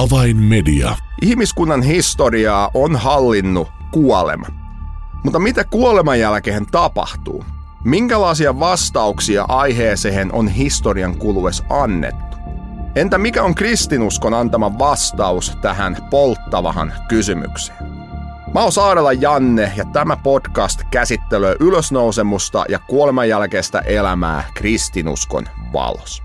Avainmedia. Ihmiskunnan historiaa on hallinnut kuolema. Mutta mitä kuoleman jälkeen tapahtuu? Minkälaisia vastauksia aiheeseen on historian kuluessa annettu? Entä mikä on kristinuskon antama vastaus tähän polttavahan kysymykseen? Mä oon Saarela Janne ja tämä podcast käsittelee ylösnousemusta ja kuoleman jälkeistä elämää kristinuskon valossa.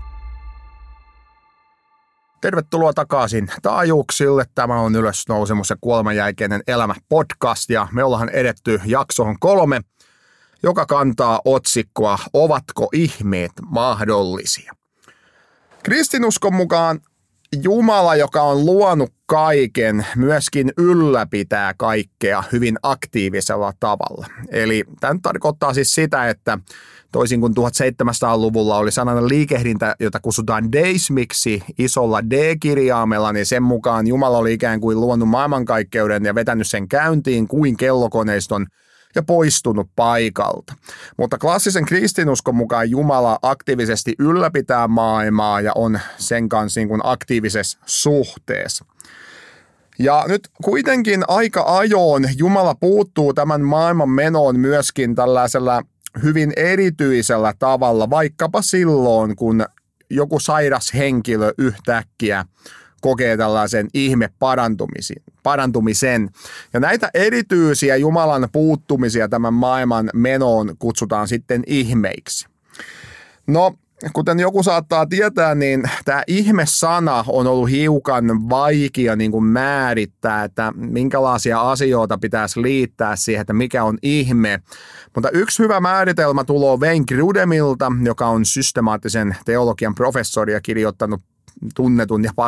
Tervetuloa takaisin taajuuksille. Tämä on Ylösnousemus ja kuoleman jälkeinen elämä podcast ja me ollaan edetty jaksoon 3, joka kantaa otsikkoa Ovatko ihmeet mahdollisia? Kristinuskon mukaan Jumala, joka on luonut kaiken, myöskin ylläpitää kaikkea hyvin aktiivisella tavalla. Eli tämä tarkoittaa siis sitä, että toisin kuin 1700-luvulla oli sananen liikehdintä, jota kutsutaan deismiksi isolla D-kirjaimella, niin sen mukaan Jumala oli ikään kuin luonut maailmankaikkeuden ja vetänyt sen käyntiin kuin kellokoneiston ja poistunut paikalta. Mutta klassisen kristinuskon mukaan Jumala aktiivisesti ylläpitää maailmaa ja on sen kanssa niin kuin aktiivisessa suhteessa. Ja nyt kuitenkin aika ajoin Jumala puuttuu tämän maailman menoon myöskin tällaisella hyvin erityisellä tavalla, vaikkapa silloin, kun joku sairas henkilö yhtäkkiä kokee tällaisen parantumisen. Ja näitä erityisiä Jumalan puuttumisia tämän maailman menoon kutsutaan sitten ihmeiksi. No, kuten joku saattaa tietää, niin tämä ihme-sana on ollut hiukan vaikea niin kuin määrittää, että minkälaisia asioita pitäisi liittää siihen, että mikä on ihme. Mutta yksi hyvä määritelmä tulee Wayne Grudemilta, joka on systemaattisen teologian professori ja kirjoittanut tunnetun ja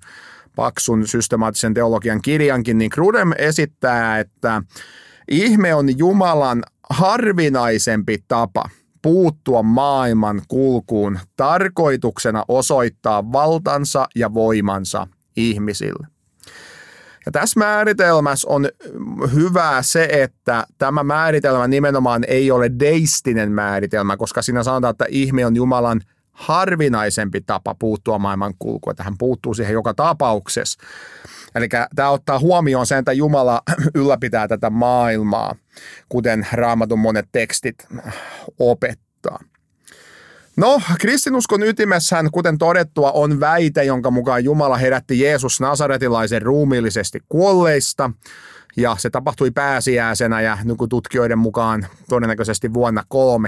paksun systemaattisen teologian kirjankin, niin Grudem esittää, että ihme on Jumalan harvinaisempi tapa puuttua maailman kulkuun tarkoituksena osoittaa valtansa ja voimansa ihmisille. Ja tässä määritelmässä on hyvä se, että tämä määritelmä nimenomaan ei ole deistinen määritelmä, koska siinä sanotaan, että ihme on Jumalan harvinaisempi tapa puuttua maailman kulkuun, että hän puuttuu siihen joka tapauksessa. Eli tämä ottaa huomioon sen, että Jumala ylläpitää tätä maailmaa, kuten Raamatun monet tekstit opettaa. No, kristinuskon ytimessähän, kuten todettua, on väite, jonka mukaan Jumala herätti Jeesus Nasaretilaisen ruumiillisesti kuolleista, ja se tapahtui pääsiäisenä ja nykytutkijoiden mukaan todennäköisesti vuonna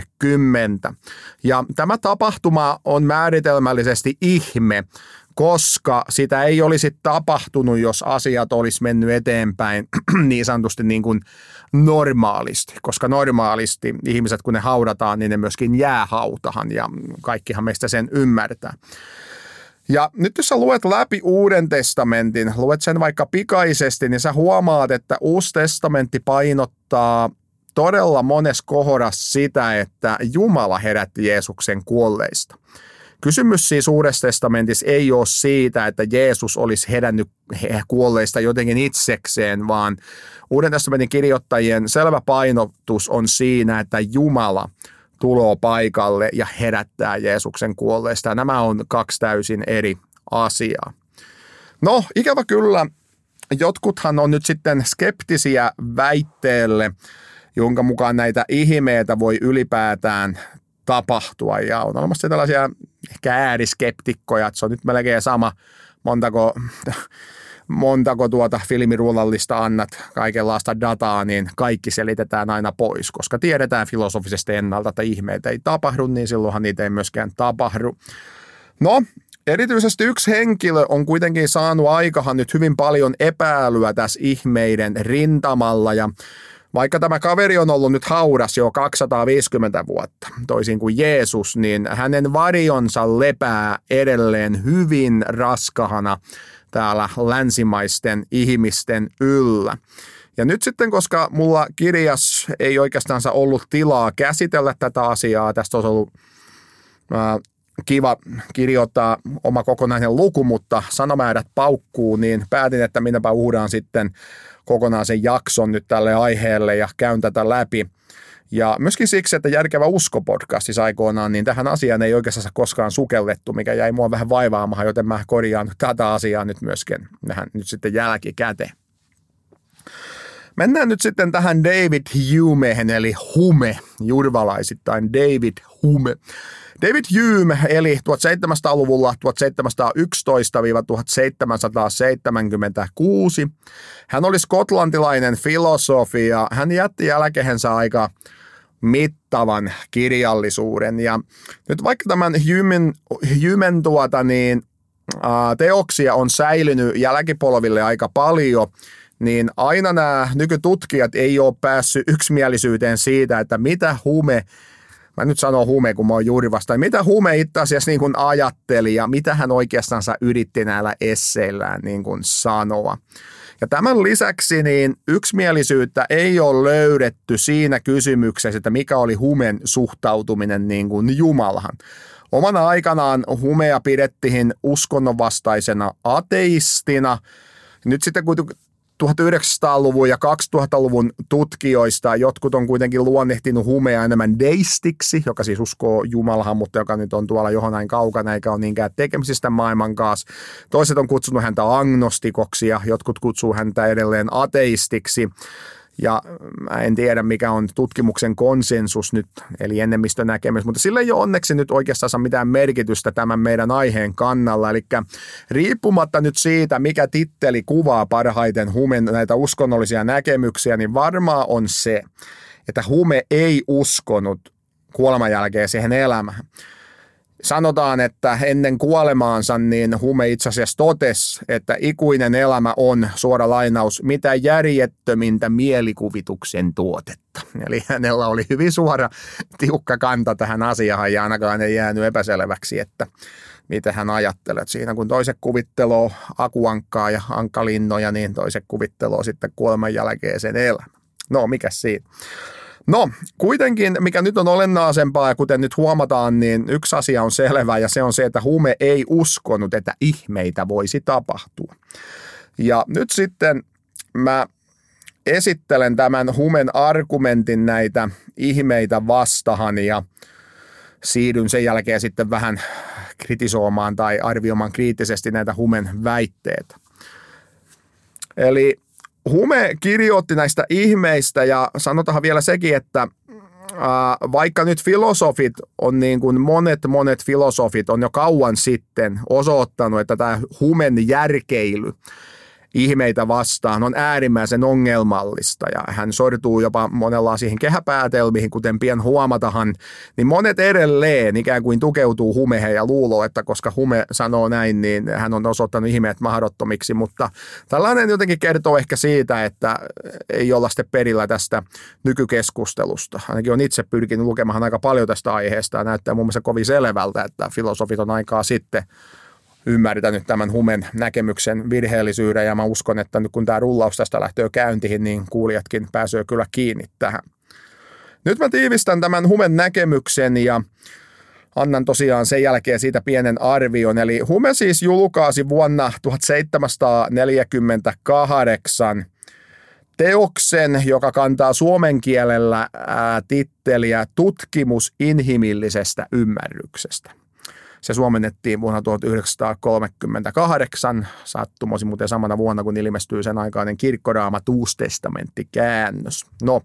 30. Ja tämä tapahtuma on määritelmällisesti ihme, koska sitä ei olisi tapahtunut, jos asiat olisi mennyt eteenpäin niin sanotusti niin kuin normaalisti. Koska normaalisti ihmiset, kun ne haudataan, niin ne myöskin jää hautahan ja kaikkihan meistä sen ymmärtää. Ja nyt jos sä luet läpi Uuden testamentin, luet sen vaikka pikaisesti, niin sä huomaat, että Uusi testamentti painottaa todella monessa kohdassa sitä, että Jumala herätti Jeesuksen kuolleista. Kysymys siis Uudessa testamentissa ei ole siitä, että Jeesus olisi herännyt kuolleista jotenkin itsekseen, vaan Uuden testamentin kirjoittajien selvä painotus on siinä, että Jumala tulee paikalle ja herättää Jeesuksen kuolleista. Ja nämä on kaksi täysin eri asiaa. No, ikävä kyllä, jotkuthan on nyt sitten skeptisiä väitteelle, jonka mukaan näitä ihmeitä voi ylipäätään tapahtua. Ja on olemassa tällaisia ehkä ääriskeptikkoja, että se on nyt melkein sama, montako filmirullallista annat kaikenlaista dataa, niin kaikki selitetään aina pois, koska tiedetään filosofisesti ennalta, että ihmeitä ei tapahdu, niin silloinhan niitä ei myöskään tapahdu. No, erityisesti yksi henkilö on kuitenkin saanut aikahan nyt hyvin paljon epäilyä tässä ihmeiden rintamalla, ja vaikka tämä kaveri on ollut nyt haudas jo 250 vuotta, toisin kuin Jeesus, niin hänen varjonsa lepää edelleen hyvin raskahana täällä länsimaisten ihmisten yllä. Ja nyt sitten, koska mulla kirjas ei oikeastaan ollut tilaa käsitellä tätä asiaa, tästä olisi ollut kiva kirjoittaa oma kokonainen luku, mutta sanomäärät paukkuu, niin päätin, että minäpä uhdaan sitten kokonaan sen jakson nyt tälle aiheelle ja käyn tätä läpi. Ja myöskin siksi, että Järkevä usko-podcastissa aikoinaan, niin tähän asiaan ei oikeastaan koskaan sukellettu, mikä jäi mua vähän vaivaamaan, joten mä korjaan tätä asiaa nyt myöskin vähän nyt sitten jälkikäteen. Mennään nyt sitten tähän David Humeen, eli Hume, jurvalaisittain David Hume. David Hume eli 1700-luvulla 1711–1776. Hän oli skotlantilainen filosofi ja hän jätti jälkeensä aika mittavan kirjallisuuden. Ja nyt vaikka tämän Humen teoksia on säilynyt jälkipolville aika paljon, niin aina nämä nykytutkijat ei ole päässyt yksimielisyyteen siitä, että mitä Hume, mä nyt sanon Hume, kun mä oon juuri vastaan, mitä Hume itse asiassa niin kuin ajatteli ja mitä hän oikeastaan yritti näillä esseillään niin kuin sanoa. Ja tämän lisäksi niin yksimielisyyttä ei ole löydetty siinä kysymyksessä, että mikä oli Humen suhtautuminen niin kuin Jumalahan. Omana aikanaan Humea pidettiin uskonnonvastaisena ateistina. Nyt sitten kun 1900-luvun ja 2000-luvun tutkijoista jotkut on kuitenkin luonnehtinut Humea enemmän deistiksi, joka siis uskoo Jumalahan, mutta joka nyt on tuolla johonain kaukana eikä ole niinkään tekemisistä maailman kanssa. Toiset on kutsunut häntä agnostikoksi ja jotkut kutsuu häntä edelleen ateistiksi. Ja mä en tiedä, mikä on tutkimuksen konsensus nyt, eli enemmistönäkemys, mutta sillä ei ole onneksi nyt oikeastaan mitään merkitystä tämän meidän aiheen kannalla. Eli riippumatta nyt siitä, mikä titteli kuvaa parhaiten Humen näitä uskonnollisia näkemyksiä, niin varmaa on se, että Hume ei uskonut kuoleman jälkeen siihen elämään. Sanotaan, että ennen kuolemaansa niin Hume itse asiassa totesi, että ikuinen elämä on, suora lainaus, mitä järjettömintä mielikuvituksen tuotetta. Eli hänellä oli hyvin suora, tiukka kanta tähän asiaan ja ainakaan ei jäänyt epäselväksi, että mitä hän ajattelee. Siinä kun toiset kuvitteloo akuankkaa ja ankkalinnoja, niin toiset kuvitteloo sitten kuoleman jälkeen sen elämän. No, mikäs siinä? No, kuitenkin, mikä nyt on olennaisempaa, ja kuten nyt huomataan, niin yksi asia on selvä, ja se on se, että Hume ei uskonut, että ihmeitä voisi tapahtua. Ja nyt sitten mä esittelen tämän Humen argumentin näitä ihmeitä vastahan, ja siirryn sen jälkeen sitten vähän kritisoimaan tai arvioimaan kriittisesti näitä Humen väitteitä. Eli Hume kirjoitti näistä ihmeistä ja sanotaan vielä sekin, että vaikka nyt filosofit on niin kuin monet filosofit on jo kauan sitten osoittanut, että tämä Humen järkeily ihmeitä vastaan on äärimmäisen ongelmallista ja hän sortuu jopa monenlaisiin kehäpäätelmiin, kuten pian huomatahan, niin monet edelleen ikään kuin tukeutuu Humeen ja luuloo, että koska Hume sanoo näin, niin hän on osoittanut ihmeet mahdottomiksi, mutta tällainen jotenkin kertoo ehkä siitä, että ei olla sitten perillä tästä nykykeskustelusta. Ainakin on itse pyrkinyt lukemaan aika paljon tästä aiheesta ja näyttää mun mielestä kovin selvältä, että filosofit on aikaa sitten ymmärtänyt tämän Humen näkemyksen virheellisyyden ja mä uskon, että nyt kun tämä rullaus tästä lähtee käyntiin, niin kuulijatkin pääsee kyllä kiinni tähän. Nyt mä tiivistän tämän Humen näkemyksen ja annan tosiaan sen jälkeen siitä pienen arvion. Eli Hume siis julkaisi vuonna 1748 teoksen, joka kantaa suomen kielellä titteliä Tutkimus inhimillisestä ymmärryksestä. Se suomennettiin vuonna 1938, sattumoisin muuten samana vuonna, kun ilmestyy sen aikainen kirkkoraamat Uustestamentti-käännös. No,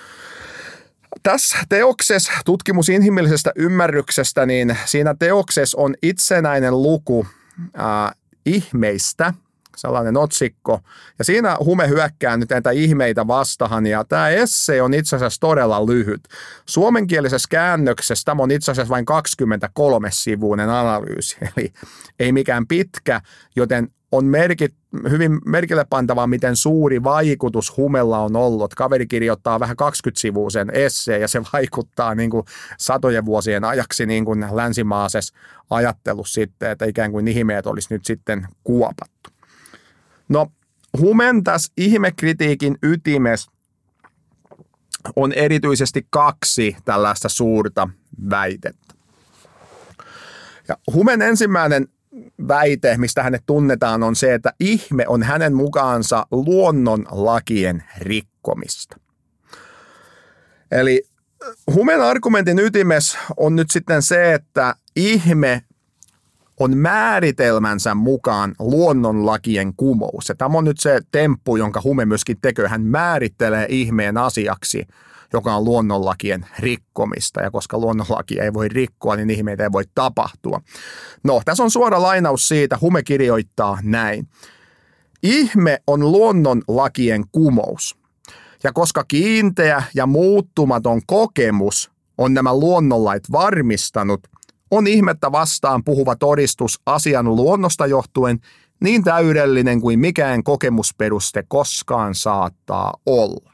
tässä teoksessa Tutkimus inhimillisestä ymmärryksestä, niin siinä teoksessa on itsenäinen luku ihmeistä, sellainen otsikko, ja siinä Hume hyökkää nyt näitä ihmeitä vastahan, ja tämä esse on itse asiassa todella lyhyt. Suomenkielisessä käännöksessä tämä on itse asiassa vain 23-sivuinen analyysi, eli ei mikään pitkä, joten on hyvin merkille pantavaa, miten suuri vaikutus Humella on ollut. Kaveri kirjoittaa vähän 20-sivuisen esseen, ja se vaikuttaa niin kuin satojen vuosien ajaksi niin kuin länsimaisessa ajattelussa sitten, että ikään kuin ihmeet olisi nyt sitten kuopattu. No, Humen tässä ihmekritiikin ytimessä on erityisesti kaksi tällaista suurta väitettä. Ja Humen ensimmäinen väite, mistä hänet tunnetaan, on se, että ihme on hänen mukaansa luonnonlakien rikkomista. Eli Humen argumentin ytimessä on nyt sitten se, että ihme on määritelmänsä mukaan luonnonlakien kumous. Ja tämä on nyt se temppu, jonka Hume myöskin tekee. Hän määrittelee ihmeen asiaksi, joka on luonnonlakien rikkomista. Ja koska luonnonlakia ei voi rikkoa, niin ihmeitä ei voi tapahtua. No, tässä on suora lainaus siitä. Hume kirjoittaa näin. Ihme on luonnonlakien kumous. Ja koska kiinteä ja muuttumaton kokemus on nämä luonnonlait varmistanut, on ihmettä vastaan puhuva todistus asian luonnosta johtuen niin täydellinen kuin mikään kokemusperuste koskaan saattaa olla.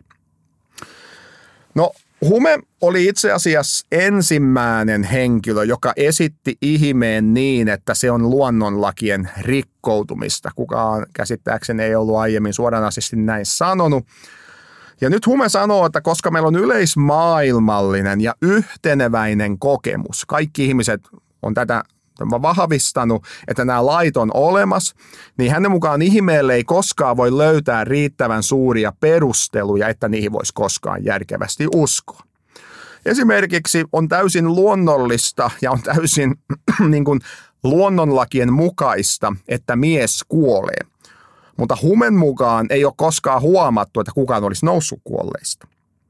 No, Hume oli itse asiassa ensimmäinen henkilö, joka esitti ihmeen niin, että se on luonnonlakien rikkoutumista. Kukaan käsittääkseni ei ollut aiemmin suoranaisesti näin sanonut. Ja nyt Hume sanoo, että koska meillä on yleismaailmallinen ja yhteneväinen kokemus, kaikki ihmiset on tätä vahvistanut, että nämä lait on olemassa, niin hänen mukaan ihmeelle ei koskaan voi löytää riittävän suuria perusteluja, että niihin voisi koskaan järkevästi uskoa. Esimerkiksi on täysin luonnollista ja on täysin niin kuin luonnonlakien mukaista, että mies kuolee. Mutta Humen mukaan ei ole koskaan huomattu, että kukaan olisi noussut kuolleista.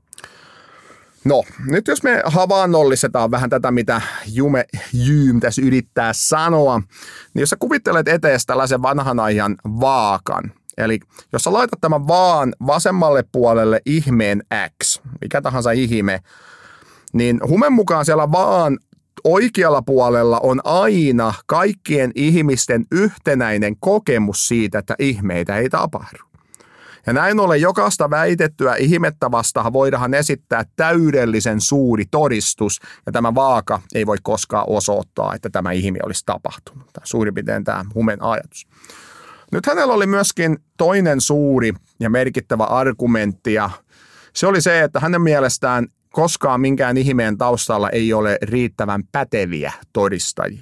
No, nyt jos me havainnollistetaan vähän tätä, mitä Hume tässä yrittää sanoa, niin jos sä kuvittelet etees tällaisen vanhan ajan vaakan, eli jos sä laitat tämän vaan vasemmalle puolelle ihmeen X, mikä tahansa ihme, niin Humen mukaan siellä vaan oikealla puolella on aina kaikkien ihmisten yhtenäinen kokemus siitä, että ihmeitä ei tapahdu. Ja näin ollen jokaista väitettyä ihmettä vastaan voidaan esittää täydellisen suuri todistus, ja tämä vaaka ei voi koskaan osoittaa, että tämä ihme olisi tapahtunut. Tämä suurin piirtein tämä Humen ajatus. Nyt hänellä oli myöskin toinen suuri ja merkittävä argumentti, ja se oli se, että hänen mielestään koskaan minkään ihmeen taustalla ei ole riittävän päteviä todistajia.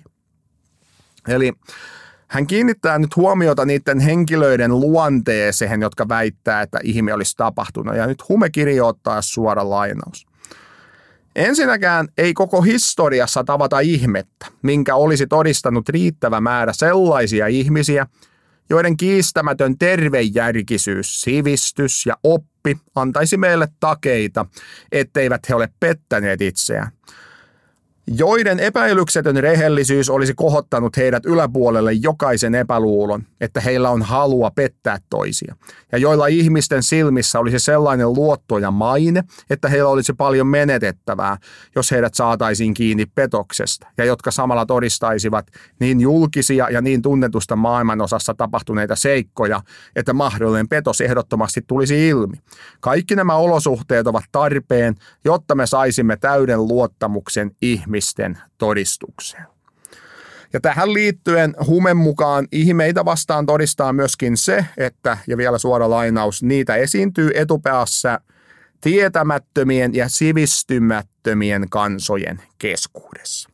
Eli hän kiinnittää nyt huomiota niiden henkilöiden luonteeseen, jotka väittää, että ihme olisi tapahtunut. Ja nyt Hume kirjoittaa suora lainaus. Ensinnäkään ei koko historiassa tavata ihmettä, minkä olisi todistanut riittävä määrä sellaisia ihmisiä, joiden kiistämätön tervejärkisyys, sivistys ja oppi antaisi meille takeita, etteivät he ole pettäneet itseään. Joiden epäilyksetön rehellisyys olisi kohottanut heidät yläpuolelle jokaisen epäluulon, että heillä on halua pettää toisia, ja joilla ihmisten silmissä olisi sellainen luotto ja maine, että heillä olisi paljon menetettävää, jos heidät saataisiin kiinni petoksesta, ja jotka samalla todistaisivat niin julkisia ja niin tunnetusta maailmanosassa tapahtuneita seikkoja, että mahdollinen petos ehdottomasti tulisi ilmi. Kaikki nämä olosuhteet ovat tarpeen, jotta me saisimme täyden luottamuksen ihmisten todistukseen. Ja tähän liittyen Humen mukaan ihmeitä vastaan todistaa myöskin se, että, ja vielä suora lainaus, niitä esiintyy etupäässä tietämättömien ja sivistymättömien kansojen keskuudessa.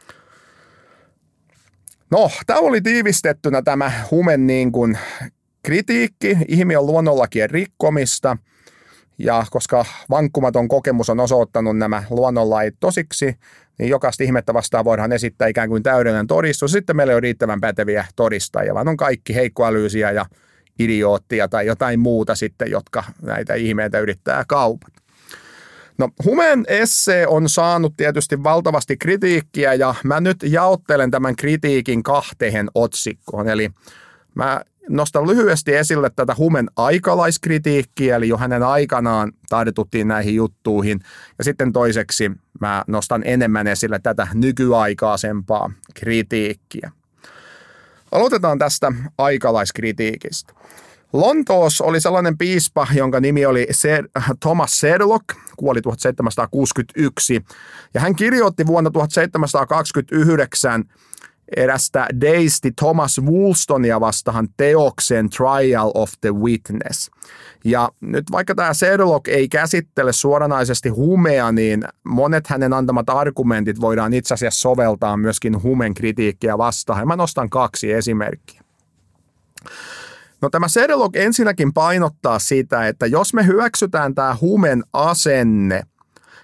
No, tämä oli tiivistettynä tämä Humen niin kuin kritiikki, ihme on luonnonlakien rikkomista, ja koska vankkumaton kokemus on osoittanut nämä luonnonlait tosiksi, niin jokaista ihmettä vastaan voidaan esittää ikään kuin täydellinen todistus. Sitten meillä ei ole riittävän päteviä todistajia, vaan on kaikki heikkoälyisiä ja idioottia tai jotain muuta sitten, jotka näitä ihmeitä yrittää kaupata. No, Humen essee on saanut tietysti valtavasti kritiikkiä, ja mä nyt jaottelen tämän kritiikin kahteen otsikkoon. Eli mä nostan lyhyesti esille tätä Humen aikalaiskritiikkiä, eli jo hänen aikanaan tartuttiin näihin juttuihin. Ja sitten toiseksi mä nostan enemmän esille tätä nykyaikaisempaa kritiikkiä. Aloitetaan tästä aikalaiskritiikistä. Lontoossa oli sellainen piispa, jonka nimi oli Thomas Sedlock, kuoli 1761, ja hän kirjoitti vuonna 1729 erästä deisti Thomas Woolstonia vastaan teoksen Trial of the Witness. Ja nyt vaikka tämä Sedlock ei käsittele suoranaisesti Humea, niin monet hänen antamat argumentit voidaan itse asiassa soveltaa myöskin Humen kritiikkiä vastaan. Ja mä nostan kaksi esimerkkiä. No, tämä Sedlock ensinnäkin painottaa sitä, että jos me hyväksytään tämä Humen asenne,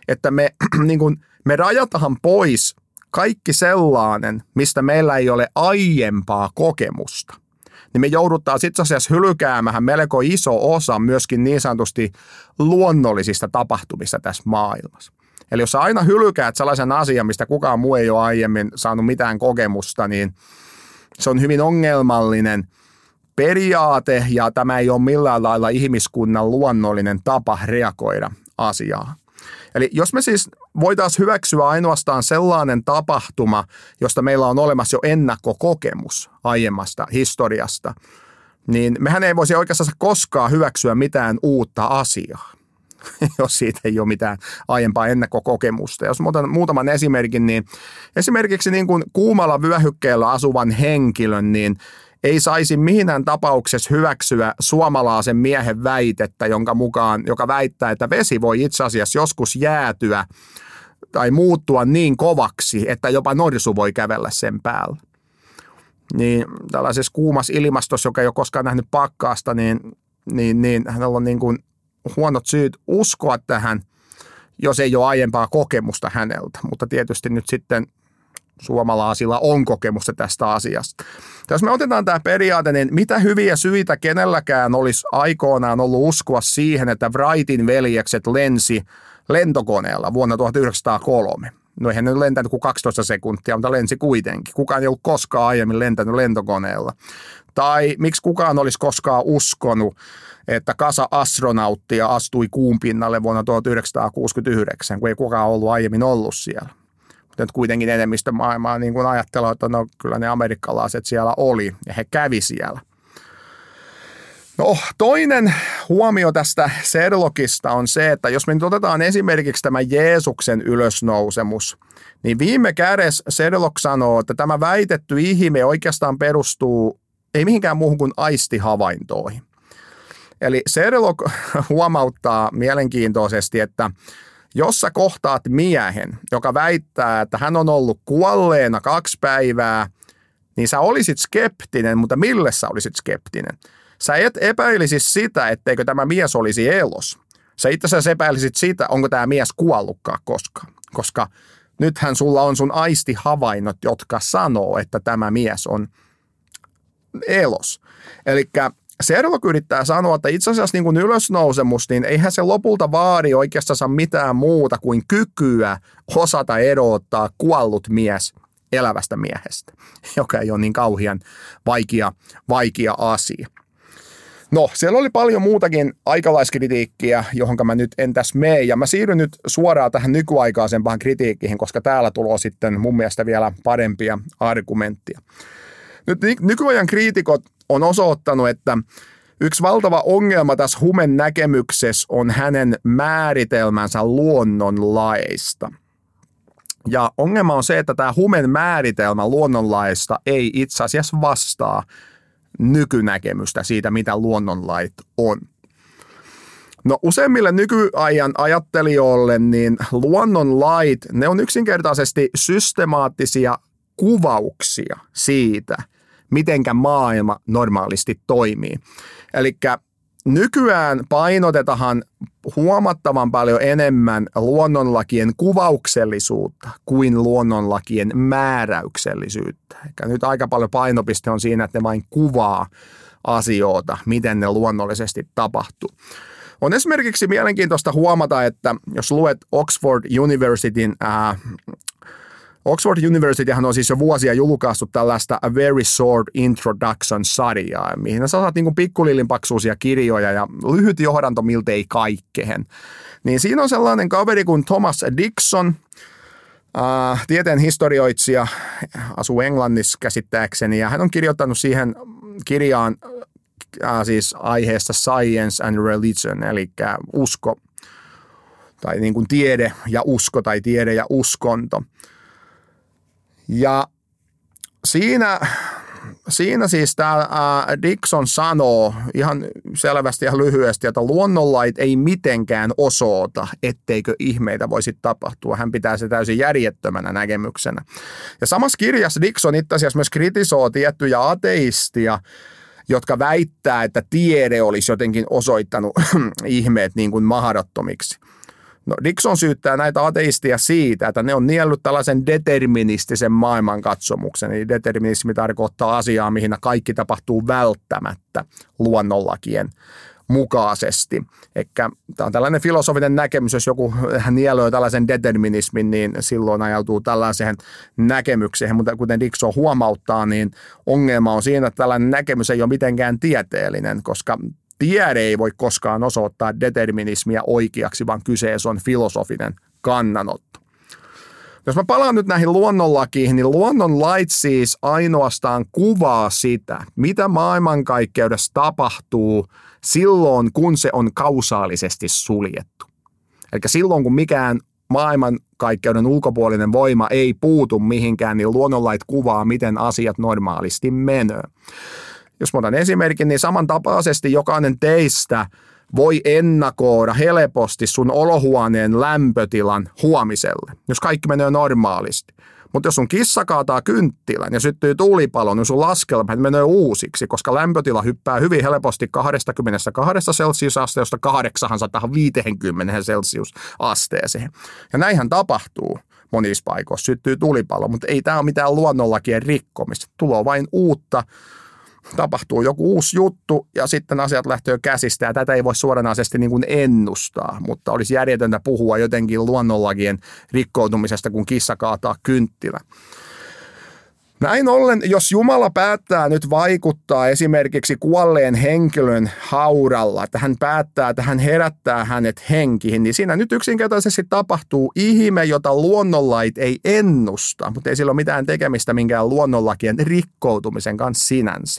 että me, niin kuin, me rajataan pois kaikki sellainen, mistä meillä ei ole aiempaa kokemusta. Niin me joudutaan itse asiassa hylkäämään melko iso osa myöskin niin sanotusti luonnollisista tapahtumista tässä maailmassa. Eli jos sä aina hylkäät sellaisen asian, mistä kukaan muu ei ole aiemmin saanut mitään kokemusta, niin se on hyvin ongelmallinen periaate ja tämä ei ole millään lailla ihmiskunnan luonnollinen tapa reagoida asiaan. Eli jos me siis voitaisiin hyväksyä ainoastaan sellainen tapahtuma, josta meillä on olemassa jo ennakkokokemus aiemmasta historiasta, niin mehän ei voisi oikeastaan koskaan hyväksyä mitään uutta asiaa, jos siitä ei ole mitään aiempaa ennakkokokemusta. Jos otan muutaman esimerkin, niin esimerkiksi niin kuin kuumalla vyöhykkeellä asuvan henkilön, niin ei saisi mihinään tapauksessa hyväksyä suomalaisen miehen väitettä, joka väittää, että vesi voi itse asiassa joskus jäätyä tai muuttua niin kovaksi, että jopa norsu voi kävellä sen päällä. Niin tällaisessa kuumassa ilmastossa, joka ei ole koskaan nähnyt pakkaasta, niin hänellä on niin kuin huonot syyt uskoa tähän, jos ei ole aiempaa kokemusta häneltä. Mutta tietysti nyt sitten suomalaisilla on kokemusta tästä asiasta. Jos me otetaan tämä periaate, niin mitä hyviä syitä kenelläkään olisi aikoinaan ollut uskoa siihen, että Wrightin veljekset lensi lentokoneella vuonna 1903. No eihän ne lentänyt kuin 12 sekuntia, mutta lensi kuitenkin. Kukaan ei ollut koskaan aiemmin lentänyt lentokoneella. Tai miksi kukaan olisi koskaan uskonut, että kasa astronauttia astui kuun pinnalle vuonna 1969, kun ei kukaan ollut aiemmin ollut siellä. Nyt kuitenkin enemmistö maailmaa niin kuin ajattelee, että no, kyllä ne amerikkalaiset siellä oli ja he kävi siellä. No, toinen huomio tästä Sherlockista on se, että jos me nyt otetaan esimerkiksi tämä Jeesuksen ylösnousemus, niin viime kädessä Sherlock sanoo, että tämä väitetty ihme oikeastaan perustuu ei mihinkään muuhun kuin aistihavaintoihin. Eli Sherlock huomauttaa mielenkiintoisesti, että jos sä kohtaat miehen, joka väittää, että hän on ollut kuolleena 2 päivää, niin sä olisit skeptinen, mutta mille sä olisit skeptinen? Sä et epäilisi sitä, etteikö tämä mies olisi elossa. Sä itse asiassa epäilisit sitä, onko tämä mies kuollutkaan koskaan. Koska nythän sulla on sun aistihavainnot, jotka sanoo, että tämä mies on elos. Elikkä Sherlock yrittää sanoa, että itse asiassa niin kuin ylösnousemus, niin eihän se lopulta vaadi oikeastaan mitään muuta kuin kykyä osata erottaa kuollut mies elävästä miehestä, joka ei ole niin kauhean vaikea asia. No, siellä oli paljon muutakin aikalaiskritiikkiä, johon mä nyt en tässä mene, ja mä siirryn nyt suoraan tähän nykyaikaisempaan kritiikkiin, koska täällä tulee sitten mun mielestä vielä parempia argumentteja. Nyt nykyajan kriitikot on osoittanut, että yksi valtava ongelma tässä Humen näkemyksessä on hänen määritelmänsä luonnonlaeista. Ja ongelma on se, että tämä Humen määritelmä luonnonlaista ei itse asiassa vastaa nykynäkemystä siitä, mitä luonnonlait on. No useimmille nykyajan ajattelijoille niin luonnonlait, ne on yksinkertaisesti systemaattisia kuvauksia siitä, mitenkä maailma normaalisti toimii. Eli nykyään painotetaan huomattavan paljon enemmän luonnonlakien kuvauksellisuutta kuin luonnonlakien määräyksellisyyttä. Eli nyt aika paljon painopiste on siinä, että ne vain kuvaa asioita, miten ne luonnollisesti tapahtuu. On esimerkiksi mielenkiintoista huomata, että jos luet Oxford Universityhän on siis jo vuosia julkaistu tällaista A Very Short Introduction-sarjaa, mihin sä saat niin pikkulillinpaksuisia kirjoja ja lyhyt johdanto miltei kaikkeen. Niin siinä on sellainen kaveri kuin Thomas Dixon, tieteen historioitsija, asuu Englannissa käsittääkseni, ja hän on kirjoittanut siihen kirjaan siis aiheesta Science and Religion, eli usko, tai niin kuin tiede ja usko, tai tiede ja uskonto. Ja siinä siis tämä Dixon sanoo ihan selvästi ja lyhyesti, että luonnonlait ei mitenkään osoita, etteikö ihmeitä voisi tapahtua. Hän pitää se täysin järjettömänä näkemyksenä. Ja samassa kirjassa Dixon itse asiassa myös kritisoi tiettyjä ateistia, jotka väittää, että tiede olisi jotenkin osoittanut ihmeet niin kuin mahdottomiksi. No, Dickson syyttää näitä ateistia siitä, että ne on niellyt tällaisen deterministisen maailmankatsomuksen. Eli determinismi tarkoittaa asiaa, mihin kaikki tapahtuu välttämättä luonnonlakien mukaisesti. Eikä tämä on tällainen filosofinen näkemys, jos joku nielöi tällaisen determinismin, niin silloin ajautuu tällaiseen näkemykseen. Mutta kuten Dickson huomauttaa, niin ongelma on siinä, että tällainen näkemys ei ole mitenkään tieteellinen, koska tiede ei voi koskaan osoittaa determinismia oikeaksi, vaan kyseessä on filosofinen kannanotto. Jos mä palaan nyt näihin luonnonlakiin, niin luonnonlait siis ainoastaan kuvaa sitä, mitä maailmankaikkeudessa tapahtuu silloin, kun se on kausaalisesti suljettu. Eli silloin, kun mikään maailmankaikkeuden ulkopuolinen voima ei puutu mihinkään, niin luonnonlait kuvaa, miten asiat normaalisti menee. Jos mä otan esimerkin, niin samantapaisesti jokainen teistä voi ennakoida helposti sun olohuoneen lämpötilan huomiselle, jos kaikki menee normaalisti. Mutta jos sun kissa kaataa kynttilän ja syttyy tulipalo, niin sun laskelmat menee uusiksi, koska lämpötila hyppää hyvin helposti 22 celsiusasteesta 850 celsiusasteeseen. Ja näinhän tapahtuu monissa paikoissa, syttyy tulipalo, mutta ei tämä ole mitään luonnonlakien rikkomista. Tulee vain uutta. Tapahtuu joku uusi juttu ja sitten asiat lähtee käsistä ja tätä ei voi suoranaisesti niin kuin ennustaa, mutta olisi järjetöntä puhua jotenkin luonnonlakien rikkoutumisesta, kun kissa kaataa kynttilä. Näin ollen, jos Jumala päättää nyt vaikuttaa esimerkiksi kuolleen henkilön haudalla, että hän päättää, että hän herättää hänet henkiin, niin siinä nyt yksinkertaisesti tapahtuu ihme, jota luonnonlait ei ennusta, mutta ei sillä ole mitään tekemistä minkään luonnonlakien rikkoutumisen kanssa sinänsä.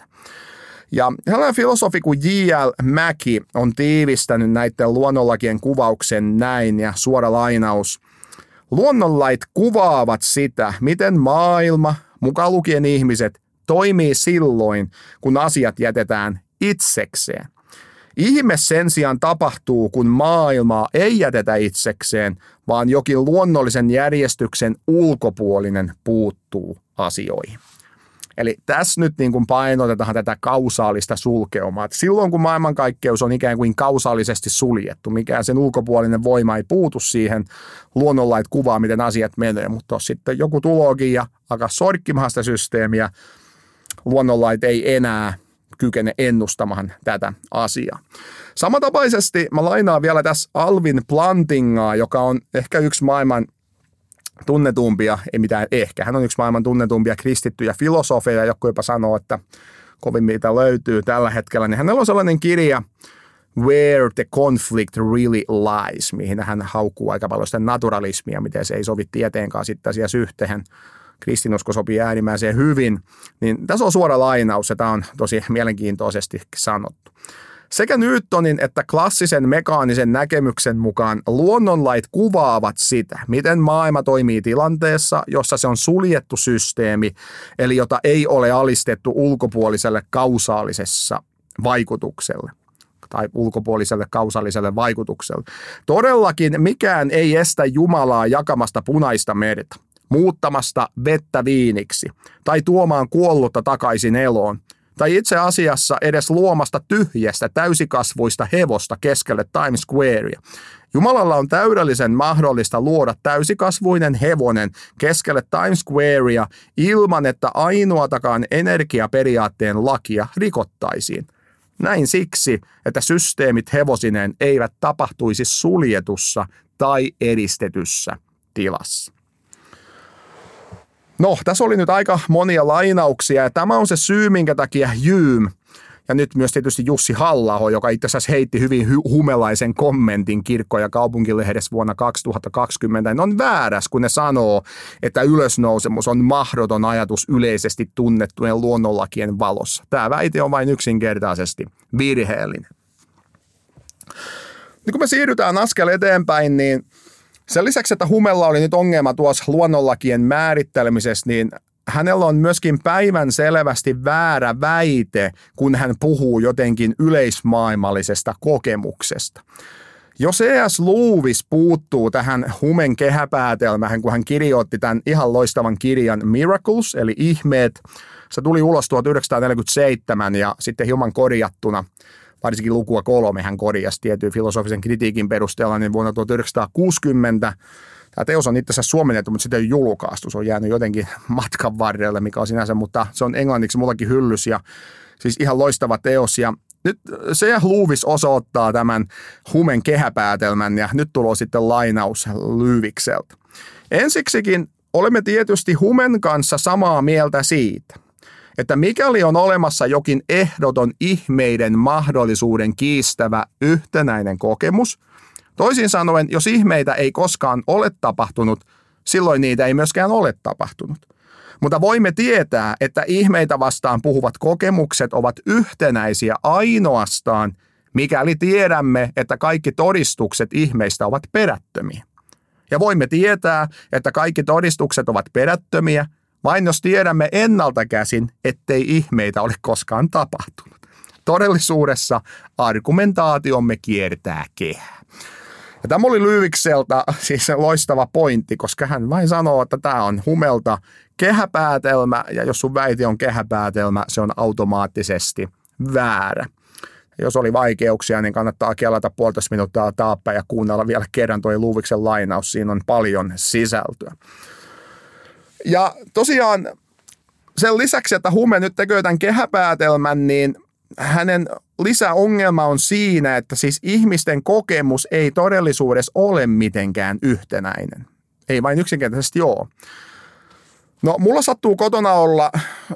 Ja sellainen filosofi kuin J.L. Mackie on tiivistänyt näiden luonnonlakien kuvauksen näin, ja suora lainaus. Luonnonlait kuvaavat sitä, miten maailma, mukaan lukien ihmiset, toimii silloin, kun asiat jätetään itsekseen. Ihme sen sijaan tapahtuu, kun maailmaa ei jätetä itsekseen, vaan jokin luonnollisen järjestyksen ulkopuolinen puuttuu asioihin. Eli tässä nyt niin kuin painotetaan tätä kausaalista sulkeumaa. Että silloin kun maailmankaikkeus on ikään kuin kausaalisesti suljettu, mikään sen ulkopuolinen voima ei puutu siihen, luonnonlait kuvaa, miten asiat menee, mutta jos sitten joku tulookin ja alkaa sorkkimaan sitä systeemiä, luonnonlait ei enää kykene ennustamaan tätä asiaa. Samantapaisesti mä lainaan vielä tässä Alvin Plantingaa, joka on ehkä yksi maailman tunnetumpia, ei mitään ehkä, hän on yksi maailman tunnetumpia kristittyjä filosofeja, joku jopa sanoo, että kovin mitä löytyy tällä hetkellä, niin hänellä on sellainen kirja Where the Conflict Really Lies, mihin hän haukkuu aika paljon sitä naturalismia, miten se ei sovi tieteenkaan sitten asiassa yhteen. Kristinusko sopii äärimmäiseen hyvin, niin tässä on suora lainaus ja tämä on tosi mielenkiintoisesti sanottu. Sekä Newtonin että klassisen mekaanisen näkemyksen mukaan luonnonlait kuvaavat sitä, miten maailma toimii tilanteessa, jossa se on suljettu systeemi, eli jota ei ole alistettu ulkopuoliselle kausaalisessa vaikutukselle tai ulkopuoliselle kausaaliselle vaikutukselle. Todellakin mikään ei estä Jumalaa jakamasta punaista merta, muuttamasta vettä viiniksi tai tuomaan kuollutta takaisin eloon. Tai itse asiassa edes luomasta tyhjästä täysikasvuista hevosta keskelle Times Squarea. Jumalalla on täydellisen mahdollista luoda täysikasvuinen hevonen keskelle Times Squarea ilman, että ainoatakaan energiaperiaatteen lakia rikottaisiin. Näin siksi, että systeemit hevosineen eivät tapahtuisi suljetussa tai edistetyssä tilassa. No, tässä oli nyt aika monia lainauksia ja tämä on se syy, minkä takia Hume ja nyt myös tietysti Jussi Halla-aho, joka itse asiassa heitti hyvin humelaisen kommentin Kirkko- ja kaupunkilehdessä vuonna 2020, niin on väärässä, kun ne sanoo, että ylösnousemus on mahdoton ajatus yleisesti tunnettujen luonnonlakien valossa. Tämä väite on vain yksinkertaisesti virheellinen. Niin kun me siirrytään askel eteenpäin, niin sen lisäksi, että Humella oli nyt ongelma tuossa luonnonlakien määrittelemisessä, niin hänellä on myöskin päivän selvästi väärä väite, kun hän puhuu jotenkin yleismaailmallisesta kokemuksesta. Jos C.S. Lewis puuttuu tähän Humen kehäpäätelmähän, kun hän kirjoitti tämän ihan loistavan kirjan Miracles, eli ihmeet, se tuli ulos 1947 ja sitten hieman korjattuna varsinkin lukua 3 hän korjasi tietyn filosofisen kritiikin perusteella, niin vuonna 1960 tämä teos on itse asiassa suomennettu, mutta sitä ei julkaistu. Se on jäänyt jotenkin matkan varrelle, mikä on sinänsä, mutta se on englanniksi mullakin hyllys ja siis ihan loistava teos. Ja nyt C.S. Lewis osoittaa tämän Humen kehäpäätelmän ja nyt tulee sitten lainaus Lewickseltä. Ensiksikin olemme tietysti Humen kanssa samaa mieltä siitä, että mikäli on olemassa jokin ehdoton ihmeiden mahdollisuuden kiistävä yhtenäinen kokemus, toisin sanoen, jos ihmeitä ei koskaan ole tapahtunut, silloin niitä ei myöskään ole tapahtunut. Mutta voimme tietää, että ihmeitä vastaan puhuvat kokemukset ovat yhtenäisiä ainoastaan, mikäli tiedämme, että kaikki todistukset ihmeistä ovat perättömiä. Ja voimme tietää, että kaikki todistukset ovat perättömiä, vain jos tiedämme ennalta käsin, ettei ihmeitä ole koskaan tapahtunut. Todellisuudessa argumentaatiomme kiertää kehää. Ja tämä oli Lewickseltä siis loistava pointti, koska hän vain sanoo, että tämä on Humelta kehäpäätelmä, ja jos sun väite on kehäpäätelmä, se on automaattisesti väärä. Ja jos oli vaikeuksia, niin kannattaa kelata 1,5 minuuttia taappäin ja kuunnella vielä kerran tuo Lewicksen lainaus. Siinä on paljon sisältöä. Ja tosiaan sen lisäksi, että Hume nyt tekee tämän kehäpäätelmän, niin hänen lisäongelma on siinä, että siis ihmisten kokemus ei todellisuudessa ole mitenkään yhtenäinen. Ei vain yksinkertaisesti ole. No, mulla sattuu kotona olla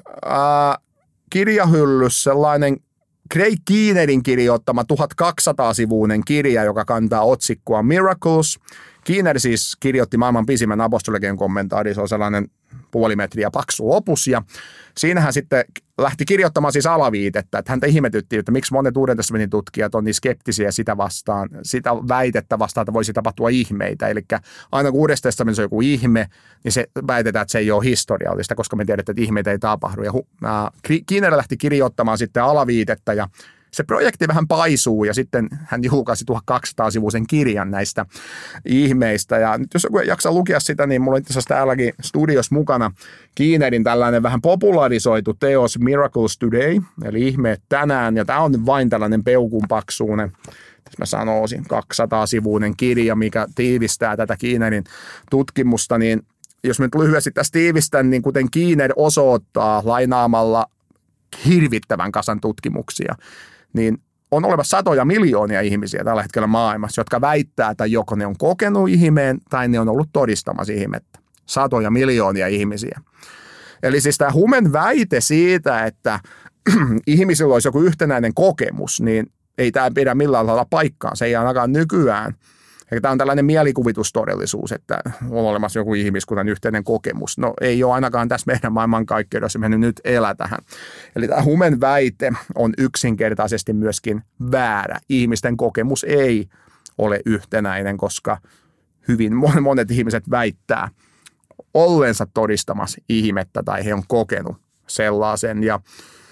kirjahyllyssä sellainen Craig Keenerin kirjoittama 1200-sivuinen kirja, joka kantaa otsikkoa Miracles. Keener siis kirjoitti maailman pisimmän apostolien kommentaari, se on sellainen 0,5 metriä paksu opus, ja siinä hän sitten lähti kirjoittamaan siis alaviitettä, että häntä ihmetytti, että miksi monet Uuden testamentin tutkijat on niin skeptisiä sitä väitettä vastaan, että voisi tapahtua ihmeitä. Eli aina kun Uudessa testamentissa on joku ihme, niin se väitetään, että se ei ole historiallista, koska me tiedetään, että ihmeitä ei tapahdu. Ja Keener lähti kirjoittamaan sitten alaviitettä, ja se projekti vähän paisuu, ja sitten hän julkaisi 1200-sivuisen kirjan näistä ihmeistä. Ja nyt jos joku jaksaa lukea sitä, niin mulla on itse asiassa täälläkin studios mukana Keenerin tällainen vähän popularisoitu teos Miracles Today, eli ihmeet tänään. Ja tämä on vain tällainen peukun paksuinen, jos mä sanoisin, 200-sivuinen kirja, mikä tiivistää tätä Keenerin tutkimusta. Niin jos mä nyt lyhyesti tästä tiivistän, niin kuten Keener osoittaa lainaamalla hirvittävän kasan tutkimuksia, niin on olemassa satoja miljoonia ihmisiä tällä hetkellä maailmassa, jotka väittää, että joko ne on kokenut ihmeen tai ne on ollut todistamassa ihmettä. Satoja miljoonia ihmisiä. Eli siis tämä Humen väite siitä, että ihmisillä olisi joku yhtenäinen kokemus, niin ei tämä pidä millään lailla paikkaan. Se ei ainakaan nykyään. Ja tämä on tällainen mielikuvitustodellisuus, että on olemassa joku ihmiskunnan yhteinen kokemus. No ei ole ainakaan tässä meidän maailmankaikkeudessa, me nyt elä tähän. Eli tämä Humen väite on yksinkertaisesti myöskin väärä. Ihmisten kokemus ei ole yhtenäinen, koska hyvin monet ihmiset väittää ollensa todistamassa ihmettä tai he on kokenut sellaisen. Ja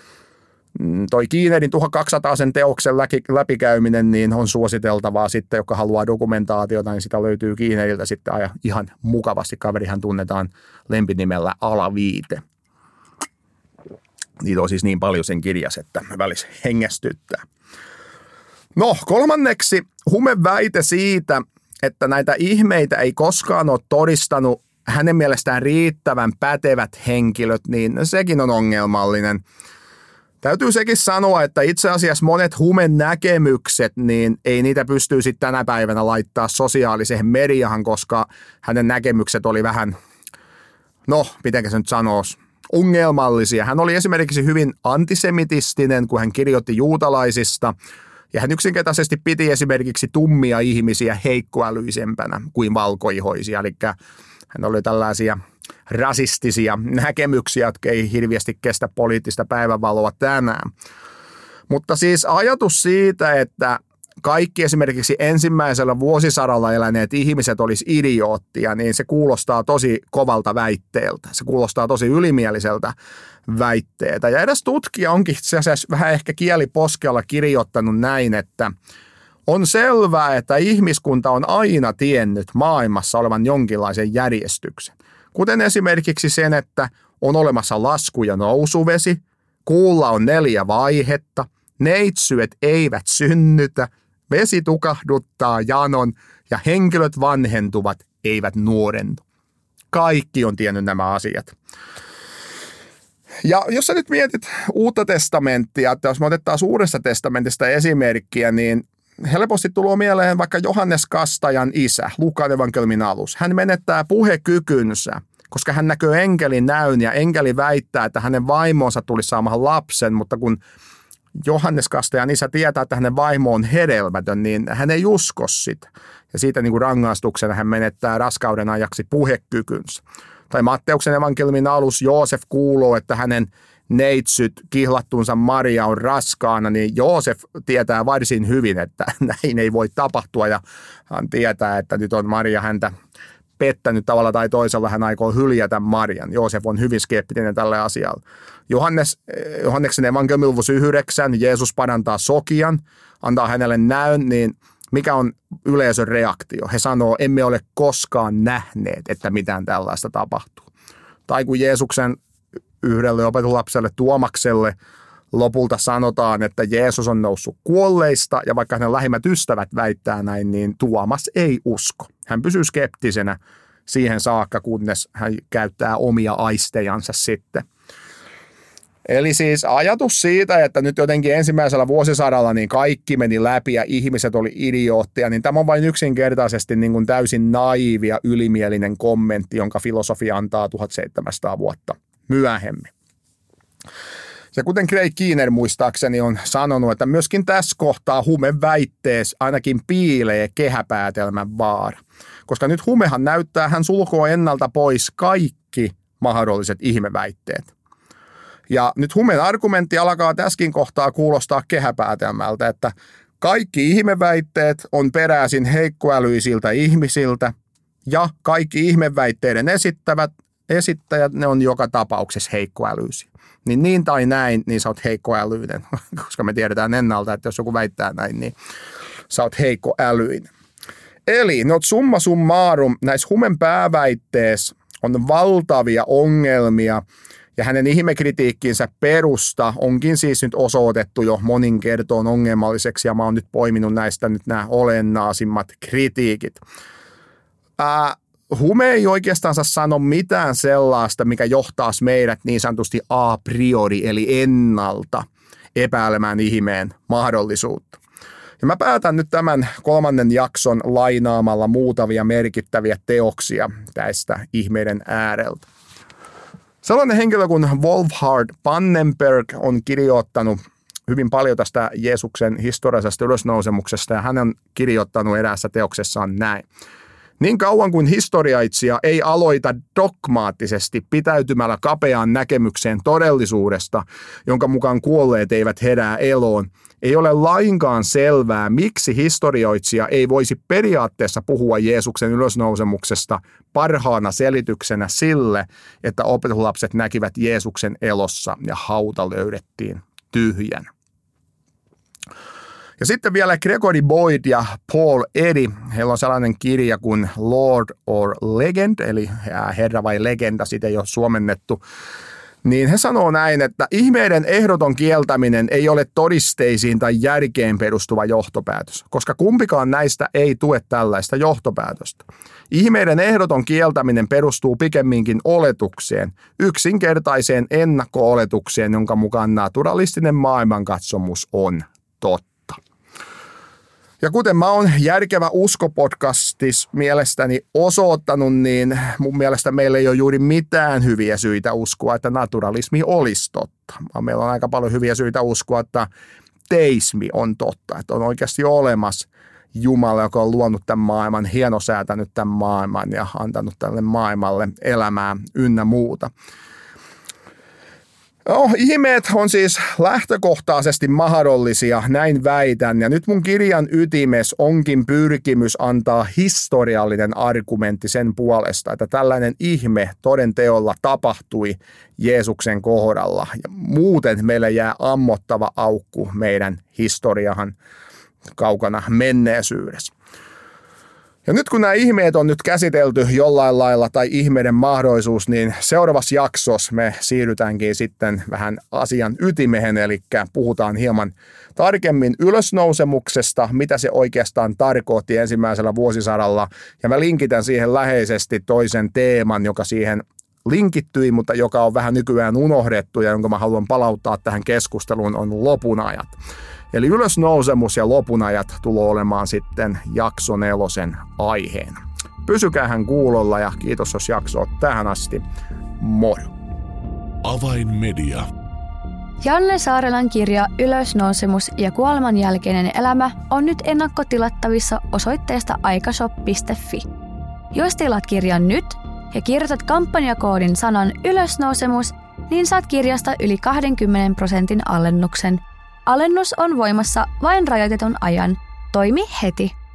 toi Keenerin 1200 teoksen läpikäyminen niin on suositeltavaa sitten, joka haluaa dokumentaatiota, niin sitä löytyy Keeneriltä sitten ihan mukavasti. Kaverihan tunnetaan lempinimellä Alaviite. Niitä on siis niin paljon sen kirjassa, että välissä hengästyttää. No, kolmanneksi Humen väite siitä, että näitä ihmeitä ei koskaan ole todistanut hänen mielestään riittävän pätevät henkilöt, niin sekin on ongelmallinen. Täytyy sekin sanoa, että itse asiassa monet Humen näkemykset, niin ei niitä pystyy sitten tänä päivänä laittaa sosiaaliseen mediaan, koska hänen näkemykset oli vähän, no, mitenkä se nyt sanoisi, ongelmallisia. Hän oli esimerkiksi hyvin antisemitistinen, kun hän kirjoitti juutalaisista, ja hän yksinkertaisesti piti esimerkiksi tummia ihmisiä heikkoälyisempänä kuin valkoihoisia, eli hän oli tällaisia rasistisia näkemyksiä, jotka ei hirveästi kestä poliittista päivänvaloa tänään. Mutta siis ajatus siitä, että kaikki esimerkiksi ensimmäisellä vuosisadalla eläneet ihmiset olisi idioottia, niin se kuulostaa tosi kovalta väitteeltä. Se kuulostaa tosi ylimieliseltä väitteeltä. Ja edes tutkija onkin itse asiassa vähän ehkä kieliposkella kirjoittanut näin, että on selvää, että ihmiskunta on aina tiennyt maailmassa olevan jonkinlaisen järjestyksen. Kuten esimerkiksi sen, että on olemassa lasku- ja nousuvesi, kuulla on 4 vaihetta, neitsyet eivät synnytä, vesi tukahduttaa janon ja henkilöt vanhentuvat, eivät nuorennu. Kaikki on tiennyt nämä asiat. Ja jos sä nyt mietit Uutta testamenttia, että jos me otetaan Uudesta testamentista esimerkkiä, niin helposti tulee mieleen vaikka Johannes Kastajan isä, Luukaan evankeliumin alus. Hän menettää puhekykynsä, koska hän näkee enkelin näyn ja enkeli väittää, että hänen vaimonsa tulisi saamaan lapsen, mutta kun Johannes Kastajan isä tietää, että hänen vaimo on hedelmätön, niin hän ei usko sitä. Ja siitä niin kuin rangaistuksena hän menettää raskauden ajaksi puhekykynsä. Tai Matteuksen evankeliumin alus Joosef kuuluu, että hänen neitsyt kihlattuunsa Maria on raskaana, niin Joosef tietää varsin hyvin, että näin ei voi tapahtua ja hän tietää, että nyt on Maria häntä pettänyt tavalla tai toisella, hän aikoo hyljätä Marian. Joosef on hyvin skeptinen tälle asialle. Johanneksen evankeliumin luvun 9, Jeesus parantaa sokian, antaa hänelle näyn, niin mikä on yleisön reaktio? He sanoo, emme ole koskaan nähneet, että mitään tällaista tapahtuu. Tai kun Jeesuksen yhdelle opetuslapselle Tuomakselle lopulta sanotaan, että Jeesus on noussut kuolleista ja vaikka hänen lähimmät ystävät väittää näin, niin Tuomas ei usko. Hän pysyy skeptisenä siihen saakka, kunnes hän käyttää omia aistejansa sitten. Eli siis ajatus siitä, että nyt jotenkin ensimmäisellä vuosisadalla niin kaikki meni läpi ja ihmiset oli idiootteja, niin tämä on vain yksinkertaisesti niin kuin täysin naivi ja ylimielinen kommentti, jonka filosofia antaa 1700 vuotta myöhemmin. Ja kuten Craig Keener muistaakseni on sanonut, että myöskin tässä kohtaa humeväitteessä ainakin piilee kehäpäätelmän vaara. Koska nyt humehan näyttää, hän sulkoo ennalta pois kaikki mahdolliset ihmeväitteet. Ja nyt humen argumentti alkaa tässäkin kohtaa kuulostaa kehäpäätelmältä, että kaikki ihmeväitteet on peräisin heikkoälyisiltä ihmisiltä ja kaikki ihmeväitteiden esittäjät, ne on joka tapauksessa heikkoälyisiä. Niin tai näin, niin sä oot heikkoälyinen, koska me tiedetään ennalta, että jos joku väittää näin, niin sä oot heikkoälyinen. Eli summa summarum, näissä humen pääväitteessä on valtavia ongelmia, ja hänen ihmekritiikkinsä perusta onkin siis nyt osoitettu jo monin kertoon ongelmalliseksi, ja mä oon nyt poiminut näistä nyt nämä olennaisimmat kritiikit. Hume ei oikeastaan sano mitään sellaista, mikä johtaisi meidät niin sanotusti a priori, eli ennalta epäilemään ihmeen mahdollisuutta. Ja mä päätän nyt tämän 3. jakson lainaamalla muutamia merkittäviä teoksia tästä ihmeiden ääreltä. Sellainen henkilö kuin Wolfhard Pannenberg on kirjoittanut hyvin paljon tästä Jeesuksen historiallisesta ylösnousemuksesta, ja hän on kirjoittanut eräässä teoksessaan näin. Niin kauan kuin historiaitsija ei aloita dogmaattisesti pitäytymällä kapeaan näkemykseen todellisuudesta, jonka mukaan kuolleet eivät herää eloon, ei ole lainkaan selvää, miksi historioitsija ei voisi periaatteessa puhua Jeesuksen ylösnousemuksesta parhaana selityksenä sille, että opetuslapset näkivät Jeesuksen elossa ja hauta löydettiin tyhjänä. Ja sitten vielä Gregory Boyd ja Paul Eddy, heillä on sellainen kirja kuin Lord or Legend, eli herra vai legenda, sitä ei ole suomennettu. Niin he sanoo näin, että ihmeiden ehdoton kieltäminen ei ole todisteisiin tai järkeen perustuva johtopäätös, koska kumpikaan näistä ei tue tällaista johtopäätöstä. Ihmeiden ehdoton kieltäminen perustuu pikemminkin oletukseen, yksinkertaiseen ennakko-oletukseen, jonka mukaan naturalistinen maailmankatsomus on totta. Ja kuten mä oon Järkevä usko-podcastis mielestäni osoittanut, niin mun mielestä meillä ei ole juuri mitään hyviä syitä uskoa, että naturalismi olisi totta. Meillä on aika paljon hyviä syitä uskoa, että teismi on totta, että on oikeasti olemassa Jumala, joka on luonut tämän maailman, hienosäätänyt tämän maailman ja antanut tälle maailmalle elämää ynnä muuta. Ihmeet on siis lähtökohtaisesti mahdollisia, näin väitän, ja nyt mun kirjan ytimes onkin pyrkimys antaa historiallinen argumentti sen puolesta, että tällainen ihme todenteolla tapahtui Jeesuksen kohdalla, ja muuten meille jää ammottava aukku meidän historiahan kaukana menneisyydessä. Ja nyt kun nämä ihmeet on nyt käsitelty jollain lailla tai ihmeiden mahdollisuus, niin seuraavassa jaksossa me siirrytäänkin sitten vähän asian ytimeen, eli puhutaan hieman tarkemmin ylösnousemuksesta, mitä se oikeastaan tarkoitti ensimmäisellä vuosisadalla, ja mä linkitän siihen läheisesti toisen teeman, joka siihen linkittyi, mutta joka on vähän nykyään unohdettu ja jonka mä haluan palauttaa tähän keskusteluun, on lopunajat. Eli ylösnousemus ja lopunajat tulee olemaan sitten jakso 4 aiheena. Pysykäähän kuulolla ja kiitos, jos jakso oot tähän asti. Moro! Avainmedia. Janne Saarelan kirja Ylösnousemus ja kuoleman jälkeinen elämä on nyt ennakkotilattavissa osoitteesta aikashop.fi. Jos tilaat kirjan nyt ja kirjoitat kampanjakoodin sanan ylösnousemus, niin saat kirjasta yli 20% alennuksen. Alennus on voimassa vain rajoitetun ajan. Toimi heti!